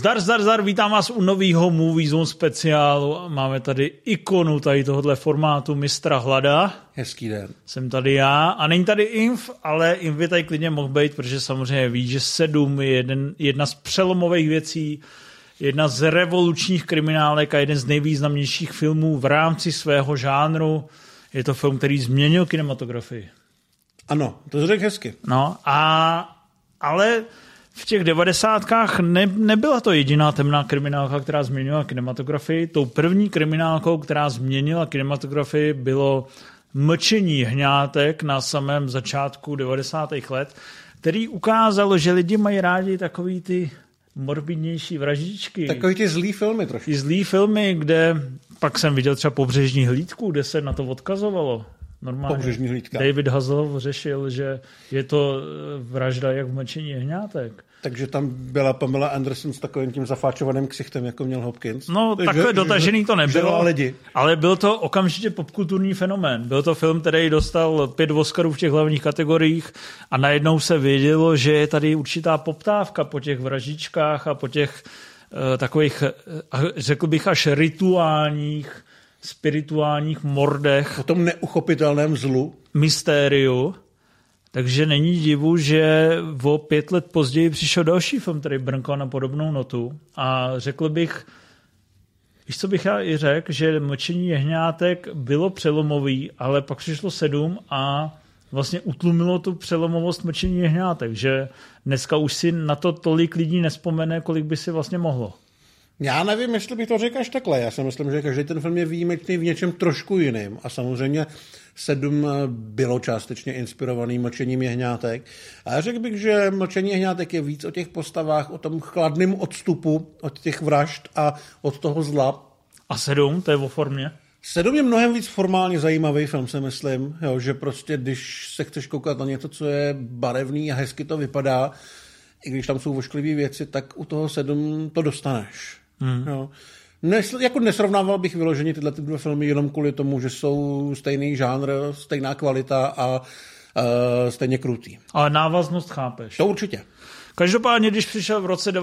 Zdar, vítám vás u novýho Movie Zone speciálu. Máme tady ikonu tady tohohle formátu mistra Hlada. Hezký den. Jsem tady já a není tady Inf, ale Inf by tady klidně mohl být, protože samozřejmě ví, že 7 je jedna z přelomových věcí, jedna z revolučních kriminálek a jeden z nejvýznamnějších filmů v rámci svého žánru. Je to film, který změnil kinematografii. Ano, to řekl hezky. No, ale v těch 90kách nebyla to jediná temná kriminálka, která změnila kinematografii. Tou první kriminálkou, která změnila kinematografii, bylo Mlčení jehňátek na samém začátku 90. let, který ukázalo, že lidi mají rádi takový ty morbidnější vraždičky. Takový ty zlý filmy trošku. Ty zlý filmy, kde pak jsem viděl třeba Pobřežní hlídku, kde se na to odkazovalo. Normálně. Pobřežní hlídka. David Hasselhoff řešil, že je to vražda jak v Mlčení jehňátek. Takže tam byla Pamela Anderson s takovým tím zafáčovaným ksichtem, jako měl Hopkins. No, takhle dotažený to nebylo, lidi. Ale byl to okamžitě popkulturní fenomén. Byl to film, který dostal 5 Oscarů v těch hlavních kategoriích a najednou se vědělo, že je tady určitá poptávka po těch vražičkách a po těch takových, řekl bych, až rituálních, spirituálních mordech. O tom neuchopitelném zlu. Mystériu. Takže není divu, že o 5 let později přišel další film, který brnkal na podobnou notu. A řekl bych, víš, co bych já i řekl, že Mlčení jehňátek bylo přelomový, ale pak přišlo 7 a vlastně utlumilo tu přelomovost Mlčení jehňátek, že dneska už si na to tolik lidí nespomene, kolik by si vlastně mohlo. Já nevím, jestli bych to řekl až takhle. Já si myslím, že každý ten film je výjimečný v něčem trošku jiným. A samozřejmě 7 bylo částečně inspirovaný Mlčením jehňátek. A já řekl bych, že Mlčení jehňátek je víc o těch postavách, o tom chladném odstupu od těch vražd a od toho zla. A 7, to je o formě? 7 je mnohem víc formálně zajímavý film, si myslím. Jo, že prostě, když se chceš koukat na něco, co je barevný a hezky to vypadá, i když tam jsou vošklivé věci, tak u toho 7 to dostaneš. Jo. Jako nesrovnával bych vyloženě tyhle dva filmy jenom kvůli tomu, že jsou stejný žánr, stejná kvalita a stejně krutý. Ale návaznost chápeš. To určitě. Každopádně, když přišel v roce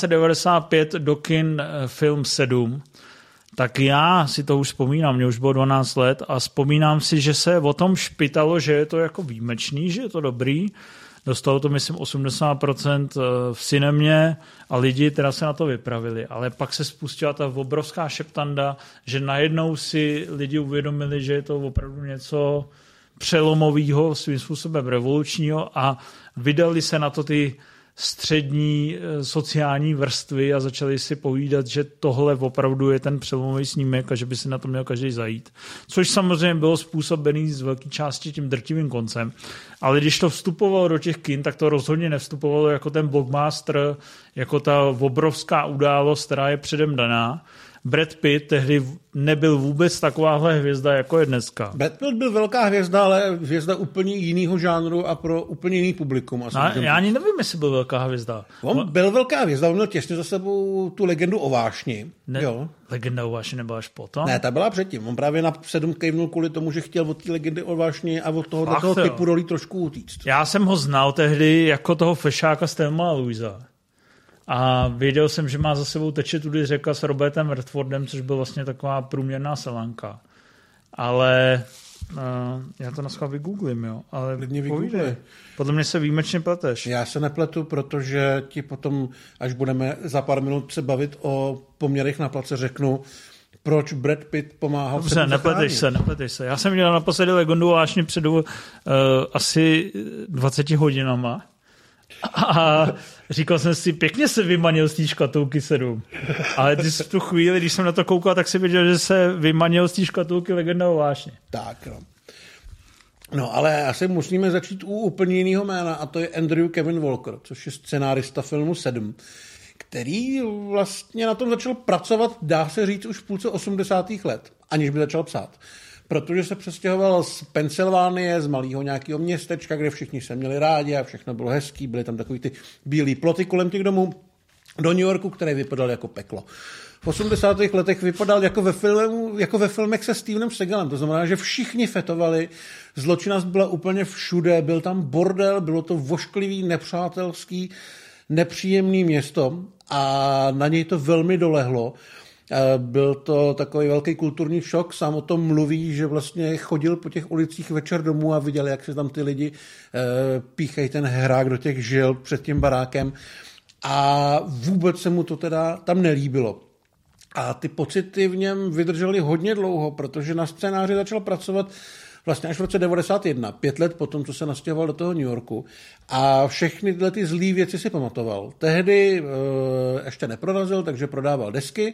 1995 do kin film 7, tak já si to už vzpomínám, mě už bylo 12 let a vzpomínám si, že se o tom špitalo, že je to jako výjimečný, že je to dobrý. Dostalo to, myslím, 80% v Cinemě a lidi teda se na to vypravili. Ale pak se spustila ta obrovská šeptanda, že najednou si lidi uvědomili, že je to opravdu něco přelomového, svým způsobem revolučního a vydali se na to ty střední sociální vrstvy a začali si povídat, že tohle opravdu je ten přelomový snímek a že by si na to měl každý zajít. Což samozřejmě bylo způsobený z velké části tím drtivým koncem. Ale když to vstupovalo do těch kin, tak to rozhodně nevstupovalo jako ten blockbuster, jako ta obrovská událost, která je předem daná. Brad Pitt tehdy nebyl vůbec takováhle hvězda, jako je dneska. Brad Pitt byl velká hvězda, ale hvězda úplně jiného žánru a pro úplně jiný publikum. Já ani nevím, jestli byl velká hvězda. On byl velká hvězda, on měl těsně za sebou tu legendu o vášni. Jo. Legenda o vášni nebyla až potom? Ne, ta byla předtím. On právě na 7 kejvnul kvůli tomu, že chtěl od té legendy o vášni a od toho typu rolí trošku utíct. Já jsem ho znal tehdy jako toho fešáka z Thelma Louisa. A věděl jsem, že má za sebou Teče tudy řeka s Robertem Redfordem, což byl vlastně taková průměrná selanka. Ale já to naschvál vygooglím, jo. Ale povídej. Podle mě se výjimečně pleteš. Já se nepletu, protože ti potom, až budeme za pár minut se bavit o poměrech na place, řeknu, proč Brad Pitt pomáhal. Dobře, nepleteš se. Já jsem dělal naposledy legendu vášně před asi 20 hodinama. A říkal jsem si, pěkně se vymanil z té škatulky 7. Ale v tu chvíli, když jsem na to koukal, tak si věděl, že se vymanil z té škatulky Legenda o vášni. Tak, no. No, ale asi musíme začít u úplně jiného jména a to je Andrew Kevin Walker, což je scenárista filmu 7, který vlastně na tom začal pracovat, dá se říct, už v půlce 80. let, aniž by začal psát. Protože se přestěhoval z Pensylvánie, z malého nějakého městečka, kde všichni se měli rádi a všechno bylo hezký, byly tam takový ty bílý ploty kolem těch domů, do New Yorku, který vypadal jako peklo. V 80. letech vypadal jako ve filmech se Stevenem Seagalem, to znamená, že všichni fetovali, zločinnost byla úplně všude, byl tam bordel, bylo to vošklivý, nepřátelský, nepříjemný město a na něj to velmi dolehlo. Byl to takový velký kulturní šok, sám o tom mluví, že vlastně chodil po těch ulicích večer domů a viděl, jak se tam ty lidi píchají ten hrák do těch žil před tím barákem a vůbec se mu to teda tam nelíbilo. A ty pocity v něm vydržely hodně dlouho, protože na scénáři začal pracovat vlastně až v roce 1991, 5 let potom, co se nastěhoval do toho New Yorku. A všechny tyhle ty zlý věci si pamatoval. Tehdy ještě neprorazil, takže prodával desky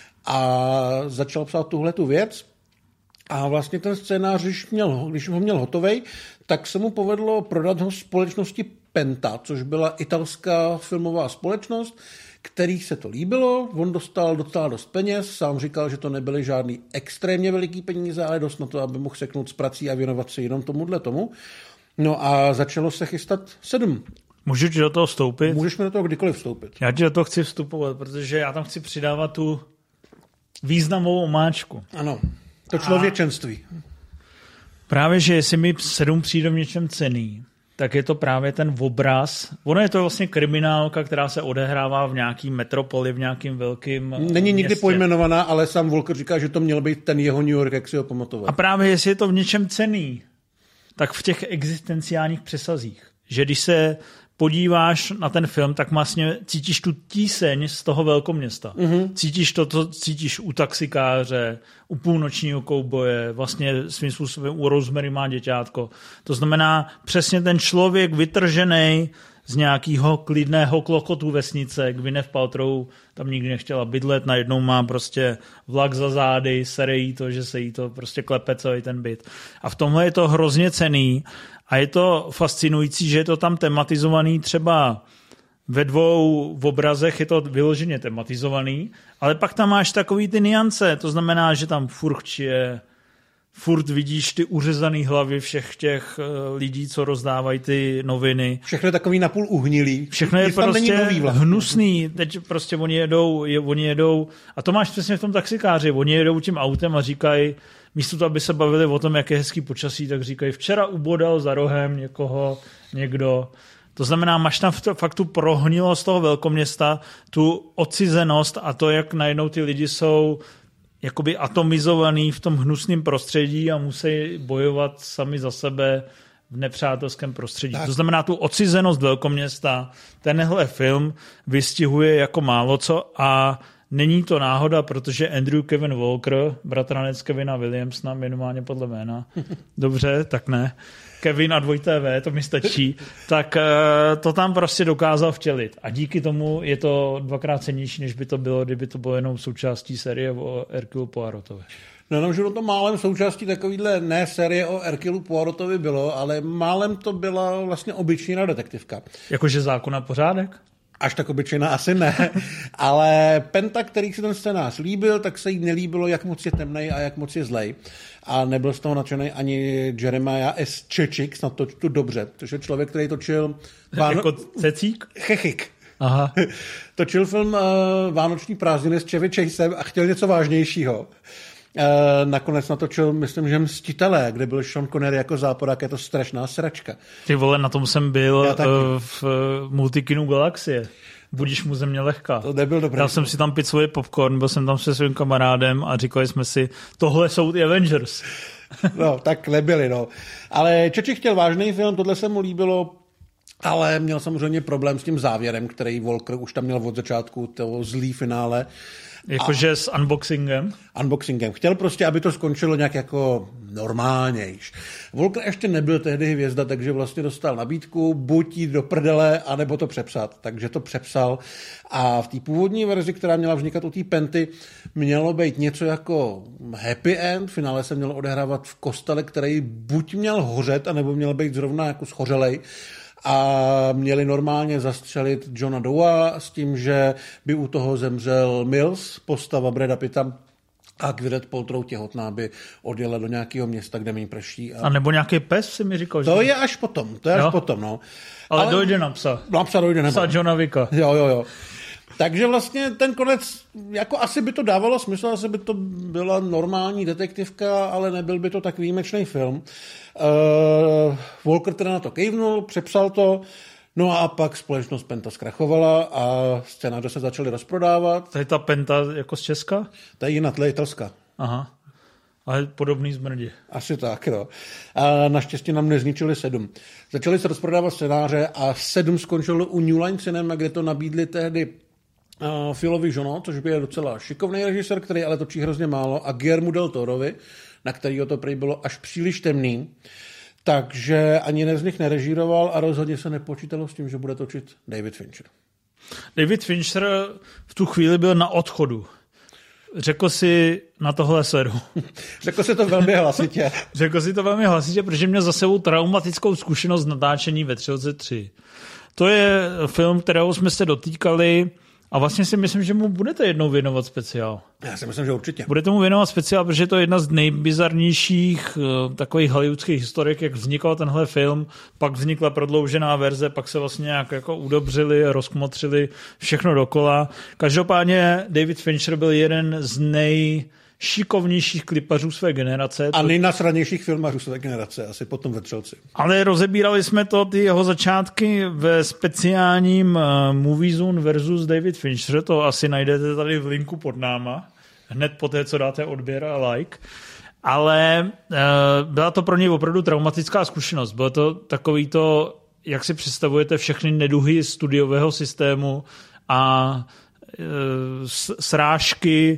a začal psát tuhletu věc. A vlastně ten scénář, když ho měl hotovej, tak se mu povedlo prodat ho společnosti Penta, což byla italská filmová společnost, kterých se to líbilo, on dostal docela dost peněz, sám říkal, že to nebyly žádný extrémně veliký peníze, ale dost na to, aby mohl seknout z prací a věnovat se jenom tomu. No a začalo se chystat 7. Můžu ti do toho vstoupit? Můžeš mi do toho kdykoliv vstoupit. Já ti do toho chci vstupovat, protože já tam chci přidávat tu významovou omáčku. Ano, to člověčenství. Právě, že jestli mi 7 přijde v něčem cenný, tak je to právě ten obraz. Ono je to vlastně kriminálka, která se odehrává v nějaký metropoli, v nějakým velkým Není nikdy městě. pojmenovaná, ale sám Walker říká, že to měl být ten jeho New York, jak si ho pamatoval. A právě jestli je to v něčem cenný, tak v těch existenciálních přesazích. Že když se podíváš na ten film, tak vlastně cítíš tu tíseň z toho velkoměsta. Mm-hmm. Cítíš to, co cítíš u taxikáře, u půlnočního kouboje, vlastně svým způsobem u Rosemary má děťátko. To znamená přesně ten člověk vytržený z nějakého klidného klokotu vesnice, Gwyneth Paltrow tam nikdy nechtěla bydlet, najednou má prostě vlak za zády, sere jí to, že se jí to prostě klepe celý ten byt. A v tomhle je to hrozně cenný a je to fascinující, že je to tam tematizovaný třeba ve 2 obrazech je to vyloženě tematizovaný, ale pak tam máš takový ty niance, to znamená, že tam furt vidíš ty uřezaný hlavy všech těch lidí, co rozdávají ty noviny. Všechno je takový napůl uhnilý. Všechno je prostě hnusný. Teď prostě oni jedou a to máš přesně v tom taxikáři. Oni jedou tím autem a říkají, místo toho, aby se bavili o tom, jak je hezký počasí, tak říkají, včera ubodal za rohem někdo. To znamená, máš tam fakt tu prohnilost toho velkoměsta, tu odcizenost a to, jak najednou ty lidi jsou jakoby atomizovaný v tom hnusném prostředí a musí bojovat sami za sebe v nepřátelském prostředí. Tak. To znamená tu odcizenost velkoměsta. Tenhle film vystihuje jako málo co a není to náhoda, protože Andrew Kevin Walker, bratranec Kevina Williamsona, minimálně podle jména, dobře, tak ne, Kevin a 2TV, to mi stačí, tak to tam prostě dokázal vtělit. A díky tomu je to 2x cennější, než by to bylo, kdyby to bylo jenom součástí série o Hercule Poirotovi. No, že to málem součástí takovýhle ne série o Hercule Poirotovi bylo, ale málem to byla vlastně obyčejná detektivka. Jakože zákon a pořádek? Až tak obyčejná asi ne, ale Penta, který si ten scénář líbil, tak se jí nelíbilo, jak moc je temnej a jak moc je zlej. A nebyl z toho nadšený ani Jeremiah S. Chechik, snad to čtu dobře, což je člověk, který točil... Jako Cecík? Chechik. Aha. Točil film Vánoční prázdniny s Chevy Chasem a chtěl něco vážnějšího. Nakonec natočil, myslím, že Mstitelé, kde byl Sean Connery jako záporák, je to strašná sračka. Ty vole, na tom jsem byl v Multikinu Galaxie. Budíš mu země lehká. To nebyl dobrý. Dal jsem si tam pít svůj popcorn, byl jsem tam se svým kamarádem a říkali jsme si, tohle jsou ty Avengers. No, tak nebyli, no. Ale Čeči chtěl vážný film, tohle se mu líbilo, ale měl samozřejmě problém s tím závěrem, který Walker už tam měl od začátku, toho zlý finále. Jakože s unboxingem? Unboxingem. Chtěl prostě, aby to skončilo nějak jako normálnějš. Walker ještě nebyl tehdy hvězda, takže vlastně dostal nabídku buď jít do prdele, anebo to přepsat. Takže to přepsal a v té původní verzi, která měla vznikat u té Penty, mělo být něco jako happy end. V finále se mělo odehrávat v kostele, který buď měl hořet, anebo měl být zrovna jako schořelej. A měli normálně zastřelit Johna Doua s tím, že by u toho zemřel Mills, postava Brada Pitta, a Gwyneth Paltrow těhotná by odjela do nějakého města, kde mi prší. A nebo nějaký pes si mi říkal, že... To je až potom, no. Ale dojde na psa. Na psa dojde, nebo. Psa Johna Wicka. Jo. Takže vlastně ten konec, jako asi by to dávalo smysl, asi by to byla normální detektivka, ale nebyl by to tak výjimečný film. Walker teda na to kejvnul, přepsal to, No a pak společnost Penta zkrachovala a scénáře se začaly rozprodávat. To je ta Penta jako z Česka? To je jiná, to je italská. Aha. Ale podobný zmrdi. Asi tak, no. A naštěstí nám nezničili 7. Začali se rozprodávat scénáře a 7 skončilo u New Line Cinema, kde to nabídli tehdy Philovi Jono, což byl docela šikovný režisér, který ale točí hrozně málo, a Guillermu del Torovi, na kterýho to prý bylo až příliš temný. Takže ani jeden z nich nerežíroval a rozhodně se nepočítalo s tím, že bude točit David Fincher. David Fincher v tu chvíli byl na odchodu. Řekl si na tohle sedu. Řekl si to velmi hlasitě. Řekl si to velmi hlasitě, protože měl za sebou traumatickou zkušenost natáčení ve 3. To je film, kterého jsme se dotýkali a vlastně si myslím, že mu budete jednou věnovat speciál. Já si myslím, že určitě. Budete mu věnovat speciál, protože to je jedna z nejbizarnějších takových hollywoodských historik, jak vznikal tenhle film, pak vznikla prodloužená verze, pak se vlastně nějak jako udobřili, rozkmotřili všechno dokola. Každopádně David Fincher byl jeden z nejšikovnějších klipařů své generace. A nejnasranějších filmařů své generace, asi potom ve Třelci. Ale rozebírali jsme to, ty jeho začátky ve speciálním Movie Zone versus David Fincher, to asi najdete tady v linku pod náma, hned po té, co dáte odběr a like. Ale byla to pro něj opravdu traumatická zkušenost. Bylo to takový to, jak si představujete všechny neduhy studiového systému a srážky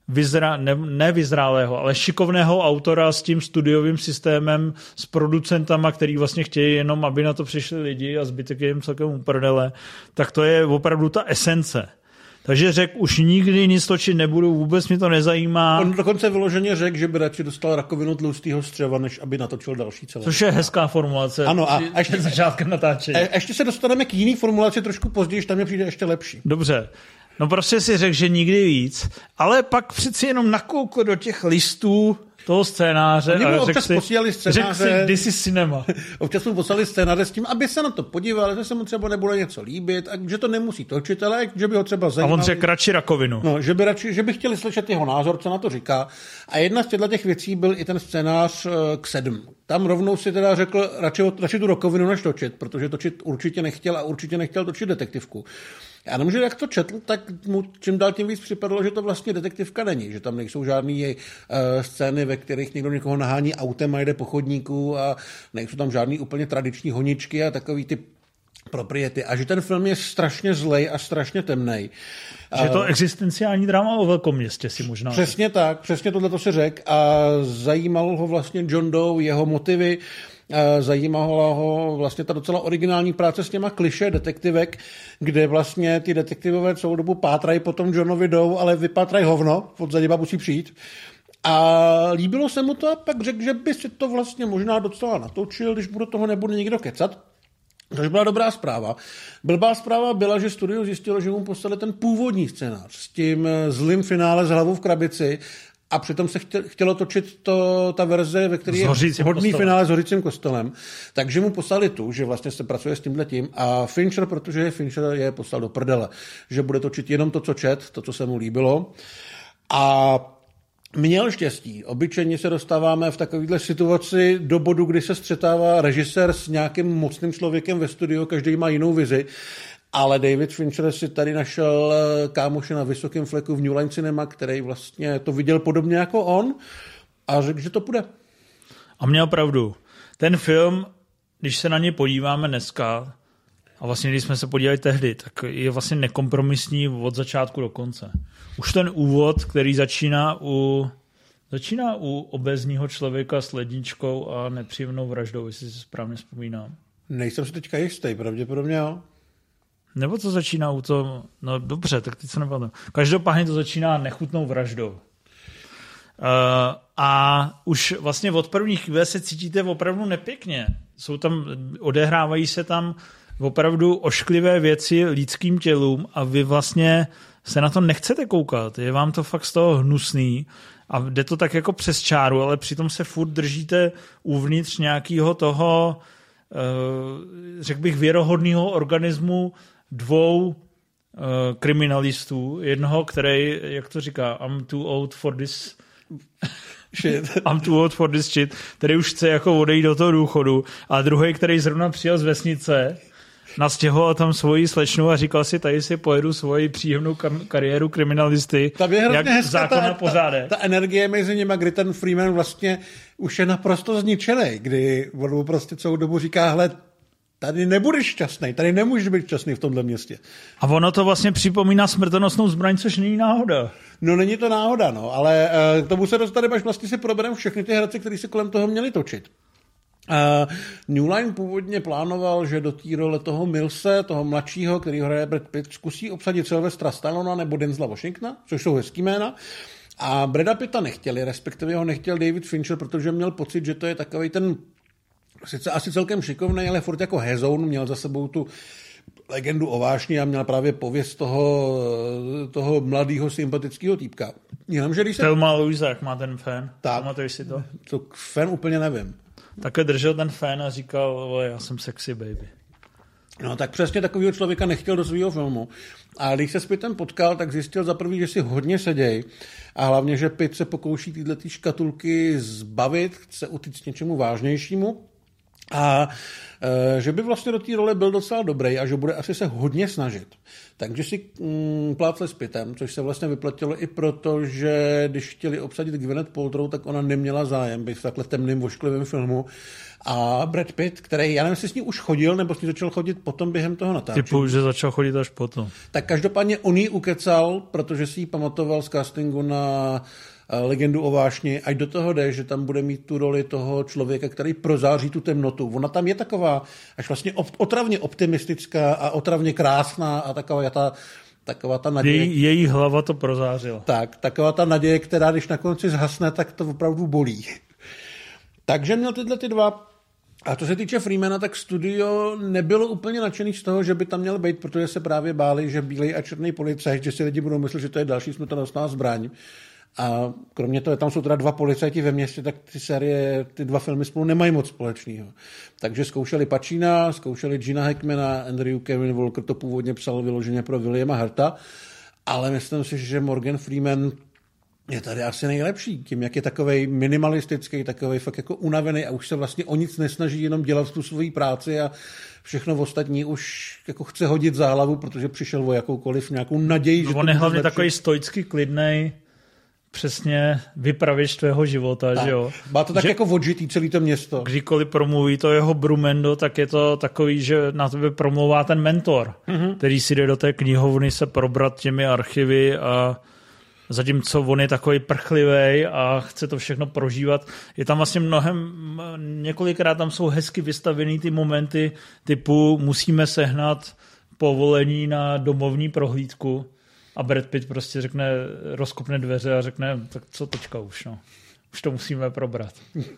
nevyzrálého, ale šikovného autora s tím studiovým systémem, s producentama, který vlastně chtějí jenom, aby na to přišli lidi a zbytek je jim celkem uprdele, tak to je opravdu ta esence. Takže řekl, už nikdy nic točit nebudu, vůbec mi to nezajímá. On dokonce vyloženě řekl, že by radši dostal rakovinu tlustého střeva, než aby natočil další celé. Což je hezká formulace. Ano, a ještě začátkem natáčení. Ještě se dostaneme k jiný formulaci trošku později, tam mi přijde ještě lepší. Dobře. No prostě si řekl, že nikdy víc, ale pak přeci jenom nakoukl do těch listů toho scénáře a řekl si, this is cinema. Občas mu poslali scénáře s tím, aby se na to podíval, že se mu třeba nebude něco líbit, a že to nemusí točit, ale že by ho třeba zajímalo. A on řekl radši rakovinu. No, že by chtěli slyšet jeho názor, co na to říká. A jedna z těch věcí byl i ten scénář k 7. Tam rovnou si teda řekl radši tu rakovinu než točit, protože točit určitě nechtěl a určitě nechtěl točit detektivku. Já nemůžu, jak to četl, tak mu čím dál tím víc připadlo, že to vlastně detektivka není, že tam nejsou žádné scény, ve kterých někdo někoho nahání autem a jde po chodníku a nejsou tam žádný úplně tradiční honičky a takový ty propriety. A že ten film je strašně zlej a strašně temnej. Že to existenciální drama o velkom městě si možná. Přesně tak, přesně tohleto si řekl a zajímal ho vlastně John Doe, jeho motivy, zajímala ho vlastně ta docela originální práce s těma klišé detektivek, kde vlastně ty detektivové celou dobu pátrají po tom Johnovi Doe, ale vypátrají hovno, od za něma musí přijít. A líbilo se mu to a pak řekl, že by si to vlastně možná docela natočil, když do toho nebude nikdo kecat. Což byla dobrá zpráva. Blbá zpráva byla, že studio zjistilo, že mu poslali ten původní scénář s tím zlým finále s hlavou v krabici a přitom se chtělo točit ta verze, ve které je hodný finále s hořícím kostelem. Takže mu poslali tu, že vlastně se pracuje s tímhletím a Fincher, protože Fincher je poslal do prdele, že bude točit jenom to, co čet, to, co se mu líbilo. A měl štěstí. Obyčejně se dostáváme v takovéhle situaci do bodu, kdy se střetává režisér s nějakým mocným člověkem ve studiu, každý má jinou vizi. Ale David Fincher si tady našel kámoše na vysokém fleku v New Line Cinema, který vlastně to viděl podobně jako on a řekl, že to půjde. A měl pravdu. Ten film, když se na ně podíváme dneska, a vlastně když jsme se podívali tehdy, tak je vlastně nekompromisní od začátku do konce. Už ten úvod, který začíná u obézního člověka s ledničkou a nepříjemnou vraždou, jestli si správně vzpomínám. Nejsem si teďka jistý, pravděpodobně jo. Nebo to začíná u toho, no dobře, tak teď se nepamatuju. Každopádně to začíná nechutnou vraždou. A už vlastně od první chvíle se cítíte opravdu nepěkně. Odehrávají se tam opravdu ošklivé věci lidským tělům a vy vlastně se na to nechcete koukat. Je vám to fakt z toho hnusný a jde to tak jako přes čáru, ale přitom se furt držíte uvnitř nějakého toho, řekl bych, věrohodného organismu dvou kriminalistů. Jednoho, který, jak to říká, I'm too old for this shit, který už chce jako odejít do toho důchodu, a druhý, který zrovna přijel z vesnice nastěhoval tam svoji slečnu a říkal si, tady si pojedu svoji příjemnou kariéru kriminalisty. Tam je hrozně hezká ta energie mezi nimi, kdy ten Freeman vlastně už je naprosto zničený, kdy on prostě celou dobu říká, hele, tady nebudeš šťastný, tady nemůžeš být šťastný v tomhle městě. A ono to vlastně připomíná smrtonosnou zbraň, což není náhoda. No není to náhoda, no, ale k tomu se dostaneme, až vlastně si probereme všechny ty herce, které se kolem toho měli točit. New Line původně plánoval, že do té role toho Millse, toho mladšího, který hraje Brad Pitt, zkusí obsadit Sylvestra Stallona nebo Denzela Washingtona, což jsou hezký jména. A Brada Pitta nechtěli, respektive ho nechtěl David Fincher, protože měl pocit, že to je takovej ten, sice asi celkem šikovnej, ale furt jako hezoun, měl za sebou tu legendu o vášni a měl právě pověst toho mladého sympatického týpka. Jenomže když se... Thelma Louise, jak má ten fén? Tak. Pamatuješ si to? To fén úplně nevím. Také držel ten fén a říkal, já jsem sexy baby. No tak přesně takového člověka nechtěl do svého filmu. A když se s Pittem potkal, tak zjistil za prvý, že si hodně seděj a hlavně, že Pitt se pokouší tyhle škatulky zbavit, chce utíct něčemu vážnějšímu a že by vlastně do té role byl docela dobrý a že bude asi se hodně snažit. Takže si plácli s Pittem, což se vlastně vyplatilo i proto, že když chtěli obsadit Gwyneth Paltrow, tak ona neměla zájem být v takhle temným, vošklivém filmu. A Brad Pitt, který, já nevím, jestli s ní už chodil, nebo s ní začal chodit potom během toho natáčení. Typu, že začal chodit až potom. Tak každopádně on ji ukecal, protože si ji pamatoval z castingu na Legendu o vášni, ať do toho jde, že tam bude mít tu roli toho člověka, který prozáří tu temnotu. Ona tam je taková až vlastně otravně optimistická a otravně krásná a taková ta naděje. Její hlava to prozářila. Tak, taková ta naděje, která když na konci zhasne, tak to opravdu bolí. Takže měl tyhle ty dva. A co se týče Freemana, tak studio nebylo úplně nadšený z toho, že by tam měl být, protože se právě báli, že bílej a černý policajt, že si lidi budou myslet, že to je další smrtonosná zbraň. A kromě toho, tam jsou teda dva policajti ve městě, tak ty dva filmy spolu nemají moc společného. Takže zkoušeli Pacina, zkoušeli Gina Hackmana, Andrew Kevin Walker to původně psal vyloženě pro Williama Harta, ale myslím si, že Morgan Freeman je tady asi nejlepší, tím, jak je takovej minimalistický, takovej fakt jako unavený a už se vlastně o nic nesnaží, jenom dělat tu svoji práci a všechno ostatní už jako chce hodit za hlavu, protože přišel o jakoukoliv nějakou naději. On je hlavně takový stoicky klidnej, přesně vypravěč tvého života, tak. Že jo? Má to tak jako odžitý celý to město. Kdykoliv promluví to jeho brumendo, tak je to takový, že na tebe promluvá ten mentor, který si jde do té knihovny se probrat těmi archivy a zatímco on je takový prchlivý a chce to všechno prožívat. Je tam vlastně několikrát tam jsou hezky vystavený ty momenty typu musíme sehnat povolení na domovní prohlídku a Brad Pitt prostě rozkopne dveře a řekne, tak co teďka už, no. Už to musíme probrat.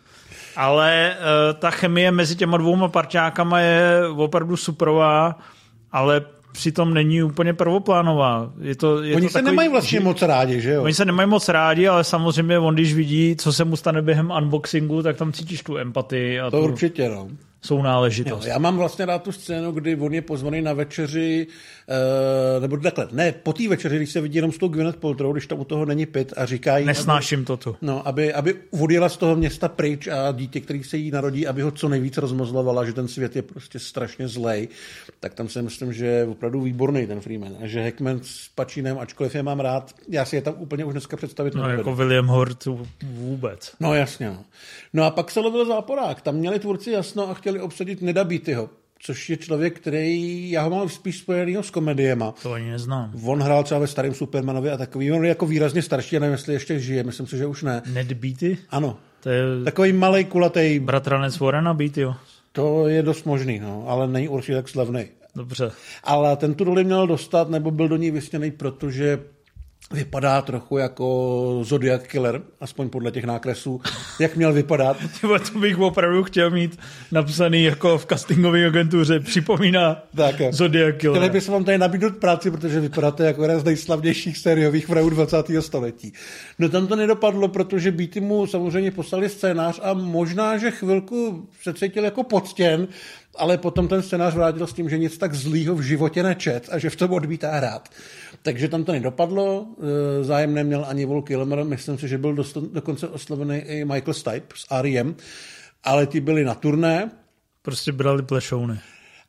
Ale ta chemie mezi těma dvouma parťákama je opravdu superová, ale přitom není úplně prvoplánová. Oni se nemají vlastně moc rádi, že jo? Oni se nemají moc rádi, ale samozřejmě on, když vidí, co se mu stane během unboxingu, tak tam cítíš tu empatii. A to určitě, no. Sounáležitost. Jo, já mám vlastně rád tu scénu, kdy on je pozvaný na večeři, nebo takhle, ne, po té večeři, když se vidí jenom s tou Gwyneth Paltrow, když tam u toho není Pitt a říká jí, nesnáším to tu. No, aby odjela z toho města pryč a dítě, který se jí narodí, aby ho co nejvíc rozmozlovala, že ten svět je prostě strašně zlej, tak tam si myslím, že je opravdu výborný ten Freeman. A že Hackman s Pacinem, ačkoliv je mám rád, já si je tam úplně už dneska představit nebudu. Jako William Hurt vůbec. No jasně. No a pak se lovil záporák. Tam měli tvůrci jasno a chtěli obsadit Neda Beattyho, což je člověk, který, já ho mám spíš spojenýho s komediema. To ani neznám. On hrál třeba ve starém Supermanovi a takový, on je jako výrazně starší, já nevím, jestli ještě žije, myslím si, že už ne. Ned Beatty? Ano. To je takový malej, kulatej. Bratranec Warrena Beattyho. To je dost možný, no, ale není určitě tak slavný. Dobře. Ale ten tu roli měl dostat, nebo byl do ní vysněný, protože vypadá trochu jako Zodiac Killer, aspoň podle těch nákresů, jak měl vypadat. To bych opravdu chtěl mít napsaný jako v castingové agentuře, připomíná tak, Zodiac Killer. Chtěli bych vám tady nabídnout práci, protože vypadáte jako jeden z nejslavnějších sériových vrahů 20. století. No tam to nedopadlo, protože Beatty mu samozřejmě poslali scénář a možná, že chvilku se cítil jako poctěn, ale potom ten scénář vrátil s tím, že nic tak zlýho v životě nečet a že v tom odmítá hrát. Takže tam to nedopadlo, zájem neměl ani Val Kilmer, myslím si, že byl dokonce oslovený i Michael Stipe s R.E.M., ale ti byli na turné. Prostě brali plešouny.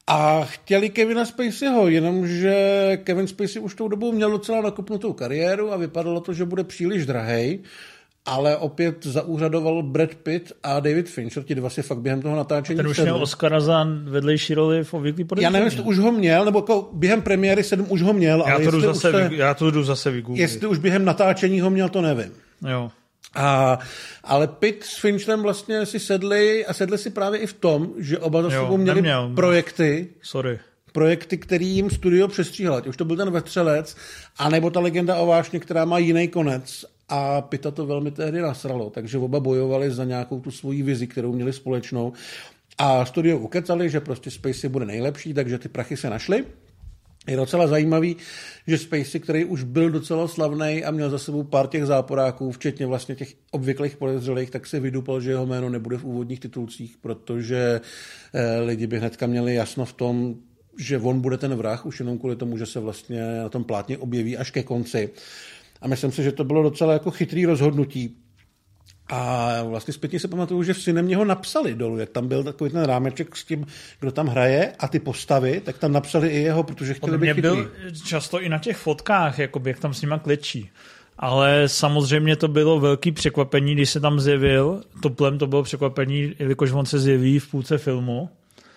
A chtěli Kevina Spaceyho, jenomže Kevin Spacey už tou dobou měl docela nakopnutou kariéru a vypadalo to, že bude příliš drahej, ale opět zaúřadoval Brad Pitt a David Fincher, ti dva si fakt během toho natáčení ten už měl Oscara za vedlejší roli v Obvyklý podezření. Já nevím, jestli už ho měl, nebo jako během premiéry 7 už ho měl, já to jdu zase vygooglit. Jestli už během natáčení ho měl, to nevím. Jo. Ale Pitt s Fincherem vlastně si sedli si právě i v tom, že oba za sebou měli projekty, který jim studio přestříhalo. Už to byl ten Vetřelec, anebo ta Legenda o vášni, která má jiný konec. A Pitta to velmi tehdy nasralo, takže oba bojovali za nějakou tu svoji vizi, kterou měli společnou. A studio ukecali, že prostě Spacey bude nejlepší, takže ty prachy se našly. Je docela zajímavý, že Spacey, který už byl docela slavný a měl za sebou pár těch záporáků, včetně vlastně těch obvyklých podezřelých, tak se vydupal, že jeho jméno nebude v úvodních titulcích, protože lidi by hnedka měli jasno v tom, že on bude ten vrah, už jenom kvůli tomu, že se vlastně na tom plátně objeví až ke konci. A myslím si, že to bylo docela jako chytrý rozhodnutí. A vlastně zpětně se pamatuju, že v Cinemě ho napsali dolů, jak tam byl takový ten rámeček s tím, kdo tam hraje a ty postavy, tak tam napsali i jeho, protože chtěli být chytrý. Byl často i na těch fotkách, jakoby, jak tam s nima klečí. Ale samozřejmě to bylo velký překvapení, když se tam zjevil. Toplem to bylo překvapení, jelikož on se zjeví v půlce filmu.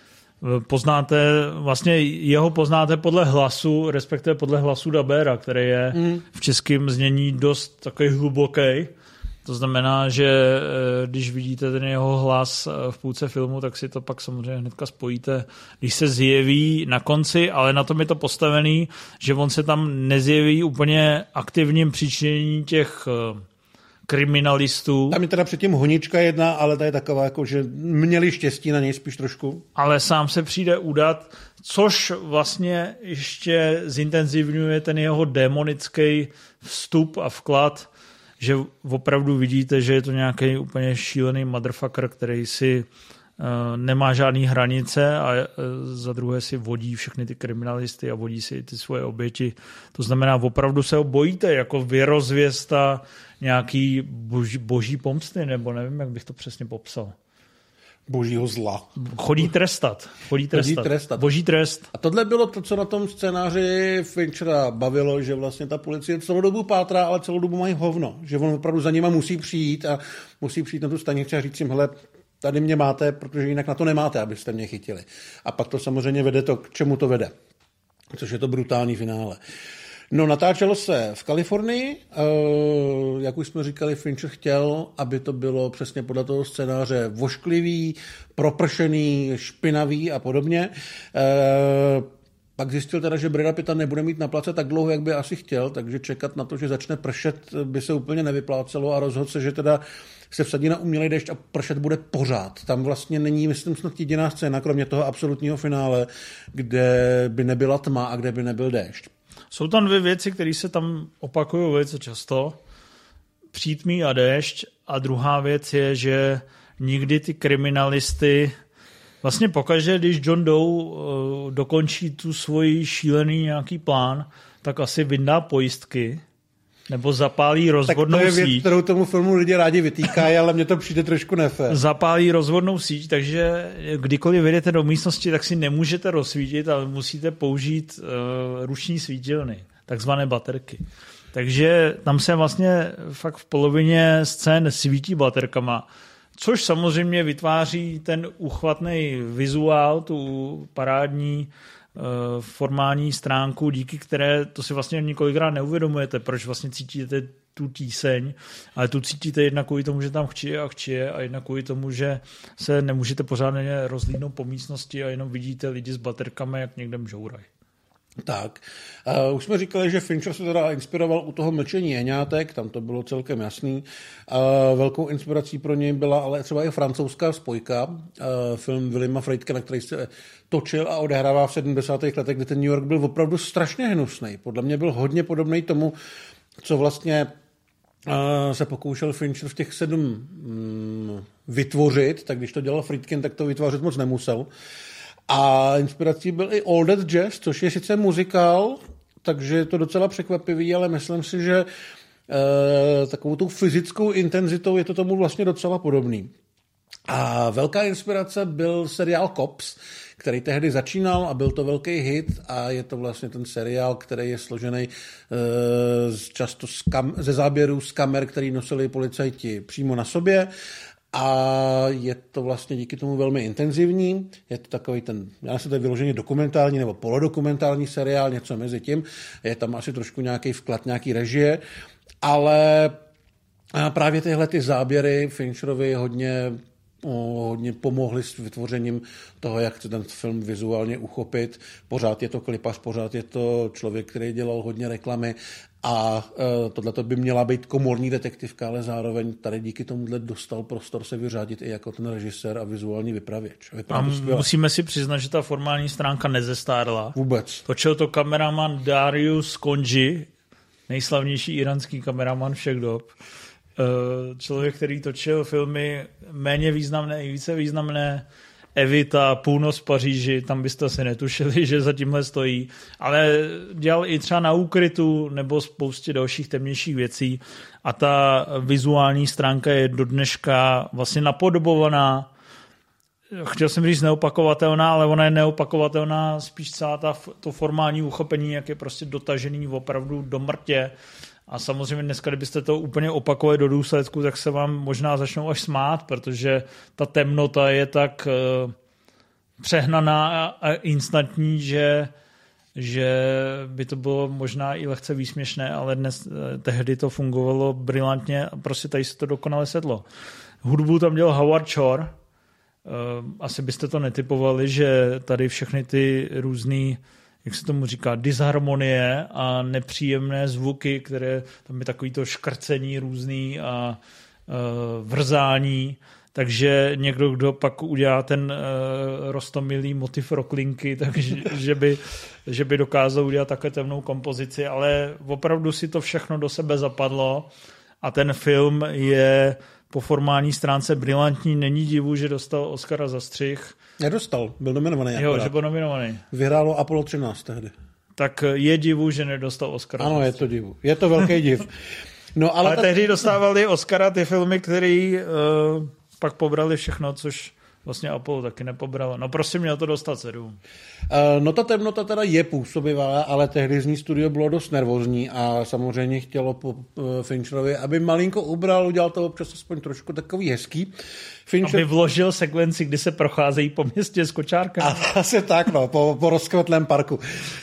Jeho poznáte podle hlasu, respektive podle hlasu dabéra, který je v českém znění dost takový hluboký. To znamená, že když vidíte ten jeho hlas v půlce filmu, tak si to pak samozřejmě hnedka spojíte, když se zjeví na konci, ale na tom je to postavený, že on se tam nezjeví úplně aktivním přičiněním těch kriminalistů. Tam je teda předtím honička jedna, ale ta je taková, jako, že měli štěstí na něj spíš trošku. Ale sám se přijde udat, což vlastně ještě zintenzivňuje ten jeho démonický vstup a vklad, že opravdu vidíte, že je to nějaký úplně šílený motherfucker, který si nemá žádný hranice a za druhé si vodí všechny ty kriminalisty a vodí si ty svoje oběti. To znamená, opravdu se ho bojíte jako vyrozvěsta nějaký boží pomsty, nebo nevím, jak bych to přesně popsal. Božího zla. Chodí trestat. Boží trest. A tohle bylo to, co na tom scénáři Finchera bavilo, že vlastně ta policie celou dobu pátrá, ale celou dobu mají hovno. Že on opravdu za nima musí přijít a musí přijít na tu stanici a říct jim, hele, tady mě máte, protože jinak na to nemáte, abyste mě chytili. A pak to samozřejmě vede to, k čemu to vede. Což je to brutální finále. No, natáčelo se v Kalifornii, jak už jsme říkali, Fincher chtěl, aby to bylo přesně podle toho scénáře vošklivý, propršený, špinavý a podobně. Pak zjistil teda, že Brada Pitta nebude mít na place tak dlouho, jak by asi chtěl, takže čekat na to, že začne pršet, by se úplně nevyplácelo a rozhodl se, že teda se vsadí na umělej déšť a pršet bude pořád. Tam vlastně není, myslím, snad jediná scéna, kromě toho absolutního finále, kde by nebyla tma a kde by nebyl déšť. Jsou tam dvě věci, které se tam opakují velice často. Přítmí a déšť. A druhá věc je, že nikdy ty kriminalisty, vlastně pokaždé, když John Doe dokončí tu svoji šílený nějaký plán, tak asi vyndá pojistky nebo zapálí rozvodnou síť. Tak to je věc, kterou tomu filmu lidi rádi vytýkají, ale mně to přijde trošku nefér. Zapálí rozvodnou síť, takže kdykoliv vyjdete do místnosti, tak si nemůžete rozsvítit, ale musíte použít ruční svítilny, takzvané baterky. Takže tam se vlastně fakt v polovině scén svítí baterkama, což samozřejmě vytváří ten uchvatný vizuál, tu parádní formální stránku, díky které to si vlastně několikrát neuvědomujete, proč vlastně cítíte tu tíseň, ale tu cítíte jednak kvůli tomu, že tam chčije a jednak kvůli tomu, že se nemůžete pořádně rozlídnout po místnosti a jenom vidíte lidi s baterkami, jak někde mžourají. Tak, už jsme říkali, že Fincher se teda inspiroval u toho Mlčení jeňátek, tam to bylo celkem jasný. Velkou inspirací pro něj byla ale třeba i francouzská spojka, film Willema Friedkina, který se točil a odehrává v 70. letech, kdy ten New York byl opravdu strašně hnusný. Podle mě byl hodně podobný tomu, co vlastně se pokoušel Fincher v těch 7 vytvořit, tak když to dělal Friedkin, tak to vytvářet moc nemusel. A inspirací byl i All That Jazz, což je sice muzikál, takže je to docela překvapivý, ale myslím si, že takovou tou fyzickou intenzitou je to tomu vlastně docela podobný. A velká inspirace byl seriál Cops, který tehdy začínal a byl to velký hit a je to vlastně ten seriál, který je složený často ze záběrů z kamer, který nosili policajti přímo na sobě a je to vlastně díky tomu velmi intenzivní. Je to takový já se to je vyloženě dokumentární nebo polodokumentární seriál, něco mezi tím. Je tam asi trošku nějaký vklad, nějaký režie, ale právě tyhle ty záběry Fincherovi hodně pomohli s vytvořením toho, jak chce ten film vizuálně uchopit. Pořád je to klipař, pořád je to člověk, který dělal hodně reklamy a tohleto by měla být komorní detektivka, ale zároveň tady díky tomuhle dostal prostor se vyřádit i jako ten režisér a vizuální vypravěč. A musíme si přiznat, že ta formální stránka nezestárla. Vůbec. Točil to kameraman Darius Khondji, nejslavnější iránský kameraman všech dob. Člověk, který točil filmy méně významné i více významné, Evita, Půlnoc v Paříži, tam byste asi netušili, že za tímhle stojí, ale dělal i třeba Na úkrytu nebo spoustě dalších temnějších věcí a ta vizuální stránka je do dneška vlastně napodobovaná, chtěl jsem říct neopakovatelná, ale ona je neopakovatelná spíš celá to formální uchopení, jak je prostě dotažený opravdu do mrtě. A samozřejmě dneska, kdybyste to úplně opakovali do důsledku, tak se vám možná začnou až smát, protože ta temnota je tak přehnaná a instantní, že by to bylo možná i lehce výsměšné, ale tehdy to fungovalo brilantně a prostě tady se to dokonale sedlo. Hudbu tam dělal Howard Shore. Asi byste to netypovali, že tady všechny ty různý, jak se tomu říká, disharmonie a nepříjemné zvuky, které tam je takový to škrcení různý a vrzání, takže někdo, kdo pak udělá ten roztomilý motiv roklinky, takže že by dokázal udělat také temnou kompozici, ale opravdu si to všechno do sebe zapadlo a ten film je po formální stránce brilantní, není divu, že dostal Oscara za střih. Nedostal, byl nominovaný. Jo, že byl nominovaný. Vyhrálo Apollo 13 tehdy. Tak je divu, že nedostal Oscara. Ano, je to divu. Je to velký div. No, ale tehdy dostávali Oscara ty filmy, které pak pobrali všechno, což vlastně Apollo taky nepobralo. No prostě měl to dostat 7. No ta temnota teda je působivá, ale tehdy z ní studio bylo dost nervózní a samozřejmě chtělo po Fincherovi, aby malinko ubral, udělal to občas aspoň trošku takový hezký. Aby vložil sekvenci, kdy se procházejí po městě s kočárkem. A asi tak, no, po rozkvetlém parku.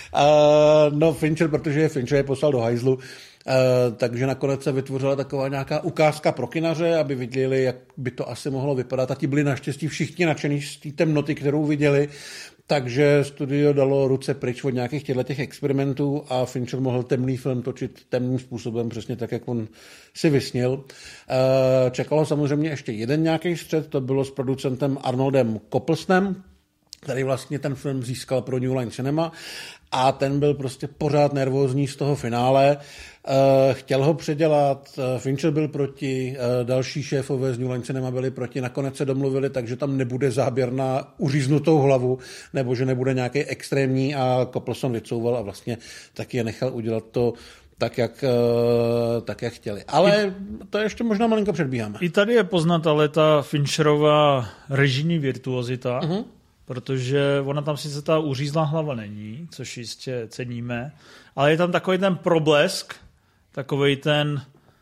No Fincher, protože je poslal do hajzlu, takže nakonec se vytvořila taková nějaká ukázka pro kinaře, aby viděli, jak by to asi mohlo vypadat. A ti byli naštěstí všichni nadšení z té temnoty, kterou viděli, takže studio dalo ruce pryč od nějakých těch experimentů a Fincher mohl temný film točit temným způsobem, přesně tak, jak on si vysnil. Čekalo samozřejmě ještě jeden nějaký střet, to bylo s producentem Arnoldem Coplesnem, který vlastně ten film získal pro New Line Cinema a ten byl prostě pořád nervózní z toho finále. Chtěl ho předělat, Fincher byl proti, další šéfové z New Line Cinema byli proti, nakonec se domluvili, takže tam nebude záběr na uříznutou hlavu, nebo že nebude nějaký extrémní a Copleston vycouval a vlastně taky je nechal udělat to tak, jak chtěli. Ale to ještě možná malinko předbíháme. I tady je poznat ale ta Fincherova režijní virtuozita, protože ona tam sice ta uřízlá hlava není, což jistě ceníme, ale je tam takový ten problesk, takovej ten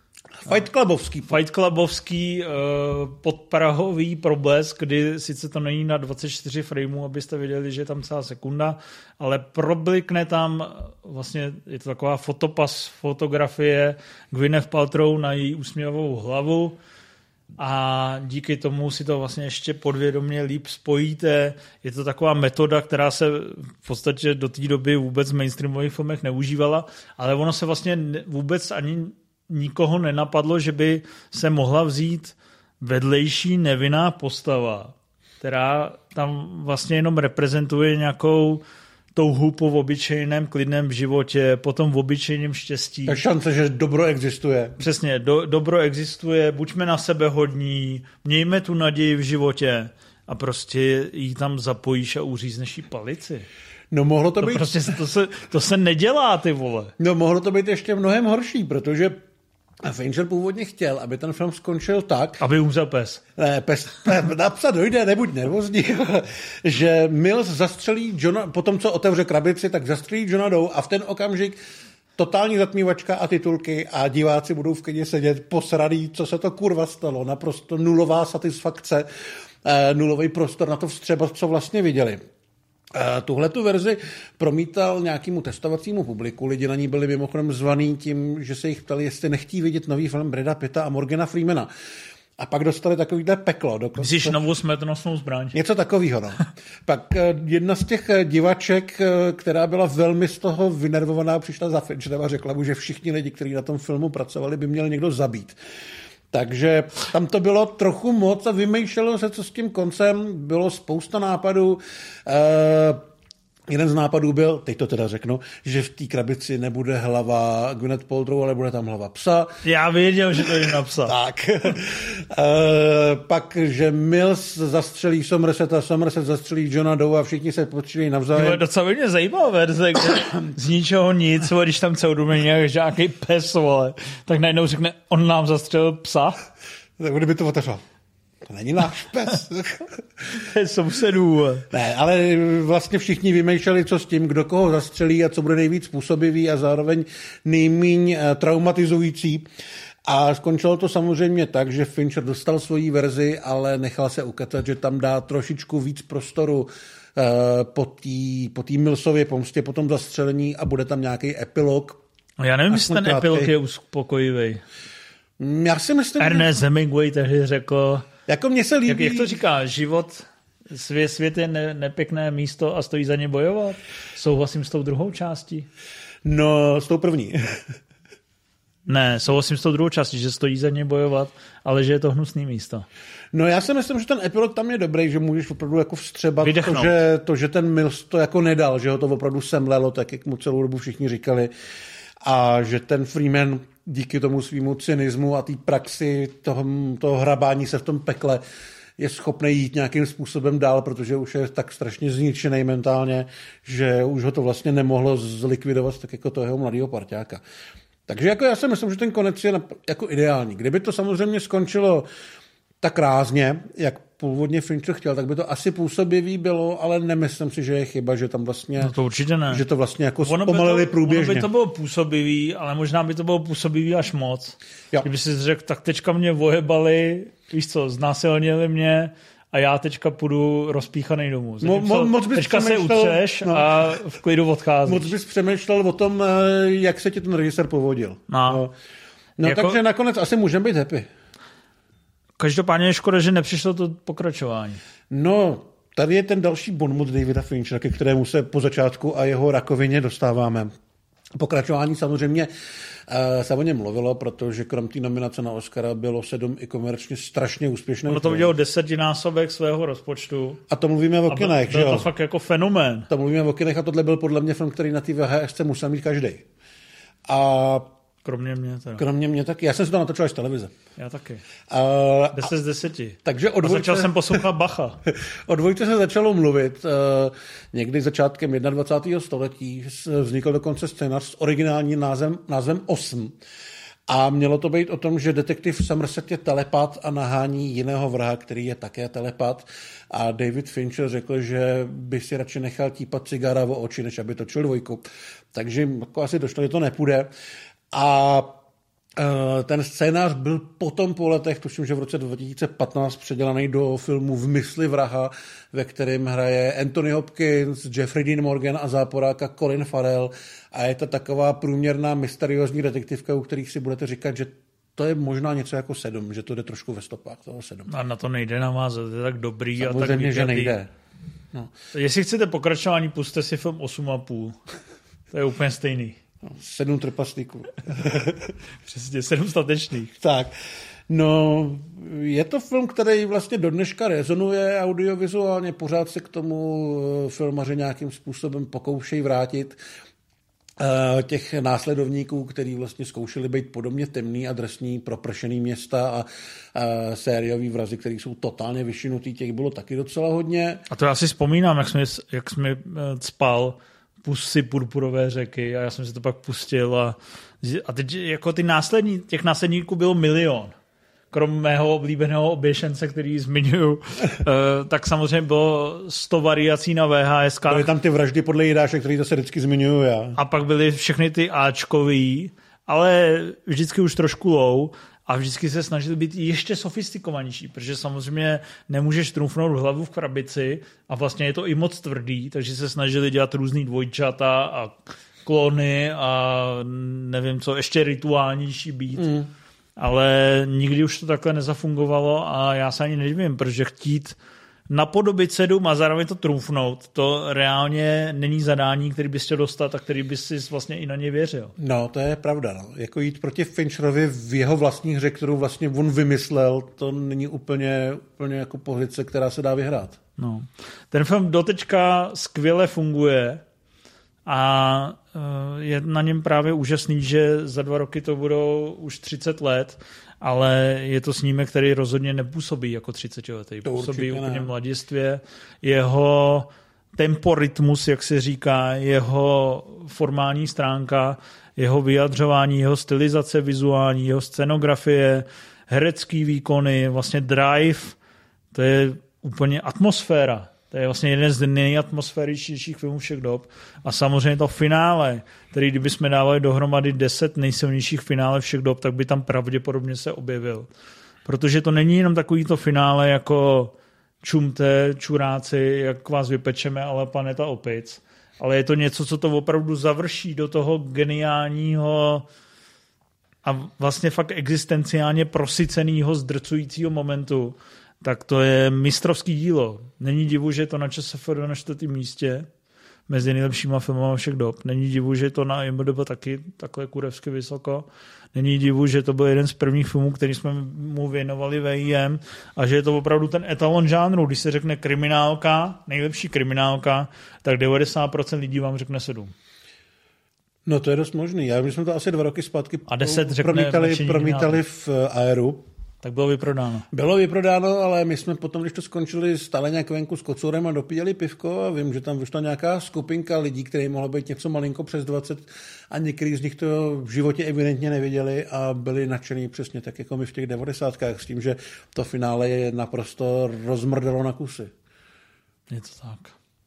Fight Clubovský podprahový problesk, kdy sice to není na 24 frameů, abyste viděli, že je tam celá sekunda, ale problikne tam, vlastně je to taková fotografie Gwyneth Paltrow na její úsměvovou hlavu a díky tomu si to vlastně ještě podvědomě líp spojíte. Je to taková metoda, která se v podstatě do té doby vůbec v mainstreamových filmech neužívala, ale ono se vlastně vůbec ani nikoho nenapadlo, že by se mohla vzít vedlejší nevinná postava, která tam vlastně jenom reprezentuje nějakou touhu po obyčejném klidném životě, potom v obyčejném štěstí. Tak šance, že dobro existuje. Přesně, dobro existuje, buďme na sebe hodní, mějme tu naději v životě a prostě jí tam zapojíš a uřízneš jí palici. No mohlo to být... Prostě to se nedělá, ty vole. No mohlo to být ještě mnohem horší, protože A Fincher původně chtěl, aby ten film skončil tak... Aby umřel pes. Ne, na psa dojde, nebuď nervózní, že Mills zastřelí Johna, potom co otevře krabici, tak zastřelí Johna Doe a v ten okamžik totální zatmívačka a titulky a diváci budou v kyně sedět posraný, co se to kurva stalo, naprosto nulová satisfakce, nulový prostor na to vstřebat, co vlastně viděli. Tuhletu verzi promítal nějakému testovacímu publiku. Lidi na ní byli mimochodem zvaný tím, že se jich ptali, jestli nechtí vidět nový film Brada Pitta a Morgana Freemana. A pak dostali takovýhle peklo. Myslíš novou smrtonosnou zbraň? Něco takového, no. Pak jedna z těch divaček, která byla velmi z toho vynervovaná, přišla za Fincherem a řekla mu, že všichni lidi, kteří na tom filmu pracovali, by měl někdo zabít. Takže tam to bylo trochu moc a vymýšlelo se, co s tím koncem. Bylo spousta nápadů. Jeden z nápadů byl, teď to teda řeknu, že v té krabici nebude hlava Gwyneth Paltrow, ale bude tam hlava psa. Já věděl, že to je na psa. Tak. Pak, že Mills zastřelí Somerseta, Somerset zastřelí Johna Doe a všichni se potřebují navzájem. To je docela mě zajímavá verze, kde z ničeho nic, když tam celou dobu nějaký pes, vole, tak najednou řekne, on nám zastřelil psa. Tak kdyby to otevřel. To není náš pes. Sousedů. Ne, ale vlastně všichni vymýšleli, co s tím, kdo koho zastřelí a co bude nejvíc působivý a zároveň nejméně traumatizující. A skončilo to samozřejmě tak, že Fincher dostal svoji verzi, ale nechal se ukecat, že tam dá trošičku víc prostoru po té Millsově pomstě, po tom zastřelení a bude tam nějaký epilog. Já nevím, jestli ten epilog je uspokojivý. Já si myslím, Ernest Hemingway tehdy řekl, jako mně se líbí. Jak to říká, svět je nepěkné místo a stojí za ně bojovat? Souhlasím s tou druhou částí? No, s tou první. Ne, souhlasím s tou druhou částí, že stojí za ně bojovat, ale že je to hnusný místo. No já si myslím, že ten epilog tam je dobrý, že můžeš opravdu jako vstřebat to, že ten Mills to jako nedal, že ho to opravdu semlelo, tak jak mu celou dobu všichni říkali. A že ten Freeman díky tomu svýmu cynismu a té praxi toho hrabání se v tom pekle je schopný jít nějakým způsobem dál, protože už je tak strašně zničený mentálně, že už ho to vlastně nemohlo zlikvidovat tak jako toho jeho mladého parťáka. Takže jako já si myslím, že ten konec je jako ideální. Kdyby to samozřejmě skončilo tak rázně, jak původně Fincher chtěl, tak by to asi působivý bylo, ale nemyslím si, že je chyba, že tam vlastně... No to určitě ne. Že to vlastně jako zpomalili průběžně. Ono by to bylo působivý, ale možná by to bylo působivý až moc. Jo. Kdyby si řekl, tak teďka mě vojebali, víš co, znásilnili mě a já teďka půjdu rozpíchanej domů. Teďka se utřeš a v klidu odcházíš. Moc bys přemýšlel o tom, jak se ti ten režisér povodil. No jako... takže nakonec asi můžeme být happy. Každopádně je škoda, že nepřišlo to pokračování. No, tady je ten další bonmot Davida Finchera, ke kterému se po začátku a jeho rakovině dostáváme. Pokračování samozřejmě se o něm mluvilo, protože krom té nominace na Oscara bylo 7 i komerčně strašně úspěšné. Ono to vidělo 10násobek svého rozpočtu. A to mluvíme o kinech, že jo? To je to fakt jako fenomén. To mluvíme o kinech a tohle byl podle mě film, který na té VHS musel mít každý. A kromě mě teda. Kromě mě taky. Já jsem si to natočil až z televize. Já taky. 10 z 10. Takže začal jsem poslouchat Bacha. O dvojce se začalo mluvit. Někdy začátkem 21. století vznikl dokonce scénář s originálním názvem 8. A mělo to být o tom, že detektiv Somerset je telepat a nahání jiného vraha, který je také telepat. A David Fincher řekl, že by si radši nechal típat cigára o oči, než aby točil dvojku. Takže jako asi došlo, že to nepůjde. A ten scénář byl potom po letech, tuším, že v roce 2015 předělaný do filmu V mysli vraha, ve kterém hraje Anthony Hopkins, Jeffrey Dean Morgan a záporáka Colin Farrell. A je to taková průměrná mysteriózní detektivka, u kterých si budete říkat, že to je možná něco jako 7, že to jde trošku ve stopách toho 7. A na to nejde navázat, je tak dobrý. Samozřejmě, a tak že nejde. No. Jestli chcete pokračování, pusťte si film 8,5. To je úplně stejný. 7 trpaslíků. Přesně, 7 statečných. Tak, no, je to film, který vlastně do dneška rezonuje audiovizuálně, pořád se k tomu filmaři nějakým způsobem pokoušejí vrátit. Těch následovníků, který vlastně zkoušeli být podobně temný a drsný, propršený města a sériový vrazy, který jsou totálně vyšinutý, těch bylo taky docela hodně. A to já si vzpomínám, jak jsme spal pust si Purpurové řeky a já jsem si to pak pustil a teď jako těch následníků bylo milion. Krom mého oblíbeného oběšence, který zmiňuju, tak samozřejmě bylo 100 variací na VHS. Byly tam ty vraždy podle Jidáše, který to se vždycky zmiňuju já. A pak byly všechny ty Ačkový, ale vždycky už trošku low a vždycky se snažili být ještě sofistikovanější, protože samozřejmě nemůžeš trumfnout hlavu v krabici a vlastně je to i moc tvrdý, takže se snažili dělat různý dvojčata a klony a nevím co, ještě rituálnější být. Ale nikdy už to takhle nezafungovalo a já se ani nedivím, protože chtít napodobit 7 a zároveň to trumfnout, to reálně není zadání, který bys chtěl dostat a který bys si vlastně i na ně věřil. No, to je pravda. No. Jako jít proti Fincherovi v jeho vlastní hře, kterou vlastně on vymyslel, to není úplně jako pozice, která se dá vyhrát. No. Ten film dotečka skvěle funguje a je na něm právě úžasný, že za 2 roky to budou už 30 let, ale je to snímek, který rozhodně nepůsobí jako 30letý. Působí úplně mladistvě. Jeho temporytmus, jak se říká, jeho formální stránka, jeho vyjadřování, jeho stylizace vizuální, jeho scenografie, herecký výkony, vlastně drive, to je úplně atmosféra. To je vlastně jeden z nejatmosféričtějších filmů všech dob. A samozřejmě to finále, který kdybychom dávali dohromady 10 nejsilnějších finále všech dob, tak by tam pravděpodobně se objevil. Protože to není jenom takový to finále jako čumte, čuráci, jak vás vypečeme, ale planeta opic. Ale je to něco, co to opravdu završí do toho geniálního a vlastně fakt existenciálně prosyceného, zdrcujícího momentu. Tak to je mistrovský dílo. Není divu, že je to na ČSFD na 4. místě mezi nejlepšíma filmama všech dob. Není divu, že je to na IMDb taky takhle kurevsky vysoko. Není divu, že to byl jeden z prvních filmů, který jsme mu věnovali VIM a že je to opravdu ten etalon žánru. Když se řekne kriminálka, nejlepší kriminálka, tak 90% lidí vám řekne 7. No to je dost možný. Já myslím, to asi 2 roky zpátky a 10 promítali v Aeru. Tak bylo vyprodáno. Bylo vyprodáno, ale my jsme potom, když to skončili, stále nějak venku s kocourem a dopíjeli pivko a vím, že tam vyšla nějaká skupinka lidí, který mohlo být něco malinko přes 20 a některý z nich to v životě evidentně neviděli a byli nadšený přesně tak, jako my v těch 90kách s tím, že to finále je naprosto rozmrdalo na kusy. Je to tak.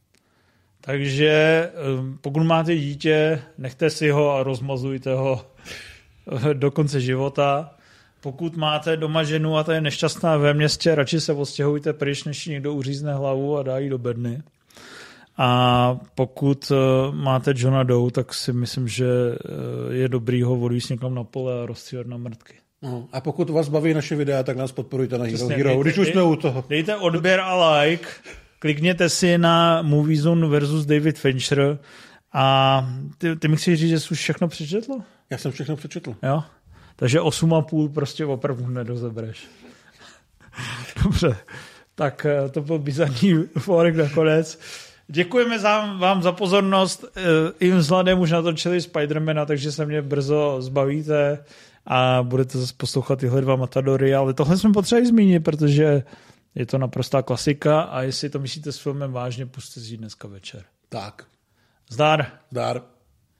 Takže pokud máte dítě, nechte si ho a rozmazujte ho do konce života. Pokud máte doma ženu a ta je nešťastná ve městě, radši se odstěhujte pryč, než někdo uřízne hlavu a dá jí do bedny. A pokud máte Johna Doe, tak si myslím, že je dobrý ho odvízt někam na pole a rozstřílet na mrtky. No, a pokud vás baví naše videa, tak nás podporujte na Hero, když už jsme u toho. Dejte odběr a like, klikněte si na Movie Zone versus David Fincher a ty mi chceš říct, že jsi už všechno přečetl? Já jsem všechno přečetl. Jo? Takže 8,5 prostě opravdu nedozebereš. Dobře, tak to byl bizarní fórek nakonec. Děkujeme vám za pozornost. I vzhledem už natočili Spidermana, takže se mě brzo zbavíte a budete zase poslouchat tyhle 2 matadory, ale tohle jsme potřebovali zmínit, protože je to naprostá klasika a jestli to myslíte s filmem vážně, pusťte si dneska večer. Tak. Zdar. Zdar.